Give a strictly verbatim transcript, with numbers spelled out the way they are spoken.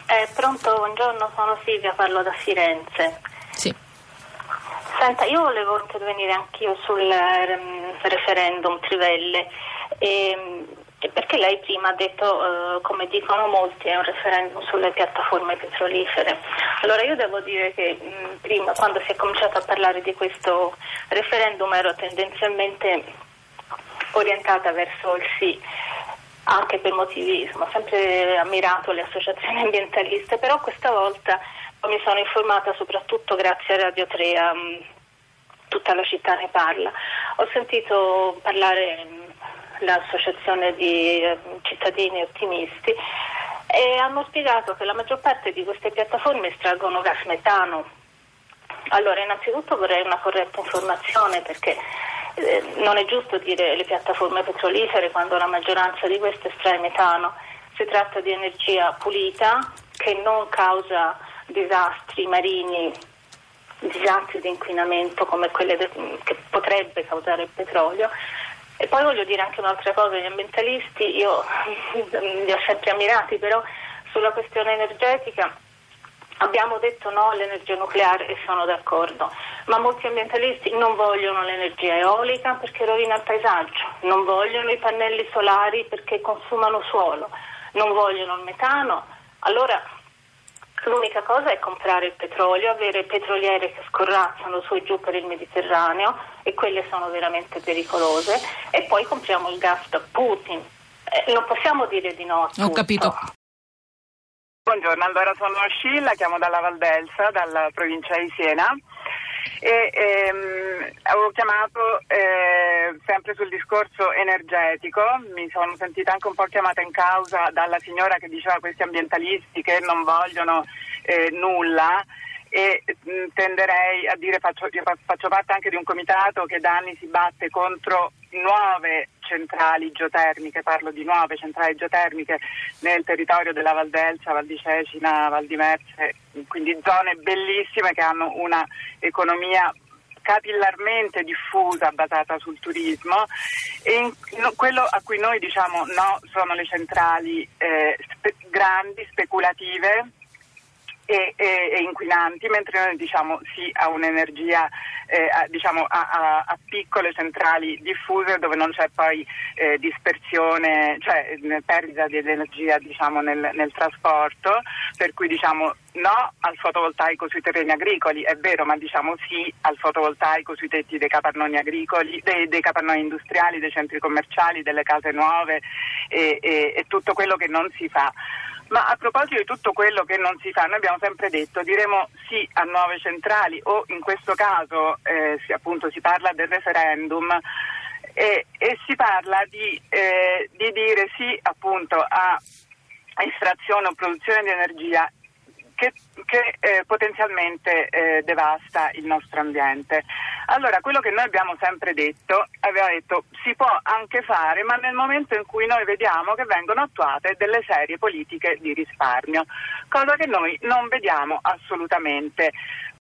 Eh, pronto, buongiorno, sono Silvia, parlo da Firenze. Sì. Senta, io volevo intervenire anch'io sul um, referendum Trivelle, e, perché lei prima ha detto, uh, come dicono molti, è un referendum sulle piattaforme petrolifere. Allora io devo dire che mh, prima, quando si è cominciato a parlare di questo referendum, ero tendenzialmente orientata verso il sì, anche per motivi, insomma, ho sempre ammirato le associazioni ambientaliste, però questa volta mi sono informata soprattutto grazie a Radio tre, a, um, tutta la città ne parla. Ho sentito parlare um, l'associazione di uh, cittadini ottimisti e hanno spiegato che la maggior parte di queste piattaforme estraggono gas metano. Allora, innanzitutto vorrei una corretta informazione, perché eh, non è giusto dire le piattaforme petrolifere quando la maggioranza di queste estrae metano. Si tratta di energia pulita che non causa disastri marini, disastri di inquinamento come quelle de- che potrebbe causare il petrolio. E poi voglio dire anche un'altra cosa: gli ambientalisti, io li ho sempre ammirati, però sulla questione energetica abbiamo detto no all'energia nucleare e sono d'accordo, ma molti ambientalisti non vogliono l'energia eolica perché rovina il paesaggio, non vogliono i pannelli solari perché consumano suolo, non vogliono il metano. Allora l'unica cosa è comprare il petrolio, avere petroliere che scorrazzano su e giù per il Mediterraneo, e quelle sono veramente pericolose, e poi compriamo il gas da Putin. Eh, non possiamo dire di no a tutto. Ho capito. Buongiorno, allora sono Scilla, chiamo dalla Val d'Elsa, dalla provincia di Siena, e ehm, avevo chiamato eh, sempre sul discorso energetico. Mi sono sentita anche un po' chiamata in causa dalla signora che diceva questi ambientalisti che non vogliono eh, nulla, e mh, tenderei a dire, faccio, io faccio parte anche di un comitato che da anni si batte contro nuove centrali geotermiche, parlo di nuove centrali geotermiche nel territorio della Val d'Elsa, Val di Cecina, Val di Merse, quindi zone bellissime che hanno una economia capillarmente diffusa basata sul turismo, e in, no, quello a cui noi diciamo no sono le centrali eh, spe, grandi, speculative e, e, e inquinanti, mentre noi diciamo sì a un'energia eh, a, diciamo a, a, a piccole centrali diffuse dove non c'è poi eh, dispersione, cioè perdita di energia diciamo nel, nel trasporto, per cui diciamo no al fotovoltaico sui terreni agricoli, è vero, ma diciamo sì al fotovoltaico sui tetti dei capannoni agricoli, dei, dei capannoni industriali, dei centri commerciali, delle case nuove e, e, e tutto quello che non si fa. Ma a proposito di tutto quello che non si fa, noi abbiamo sempre detto diremo sì a nuove centrali, o in questo caso eh, si, appunto si parla del referendum e, e si parla di, eh, di dire sì appunto a estrazione o produzione di energia che, che eh, potenzialmente eh, devasta il nostro ambiente. Allora, quello che noi abbiamo sempre detto, aveva detto si può anche fare, ma nel momento in cui noi vediamo che vengono attuate delle serie politiche di risparmio, cosa che noi non vediamo assolutamente.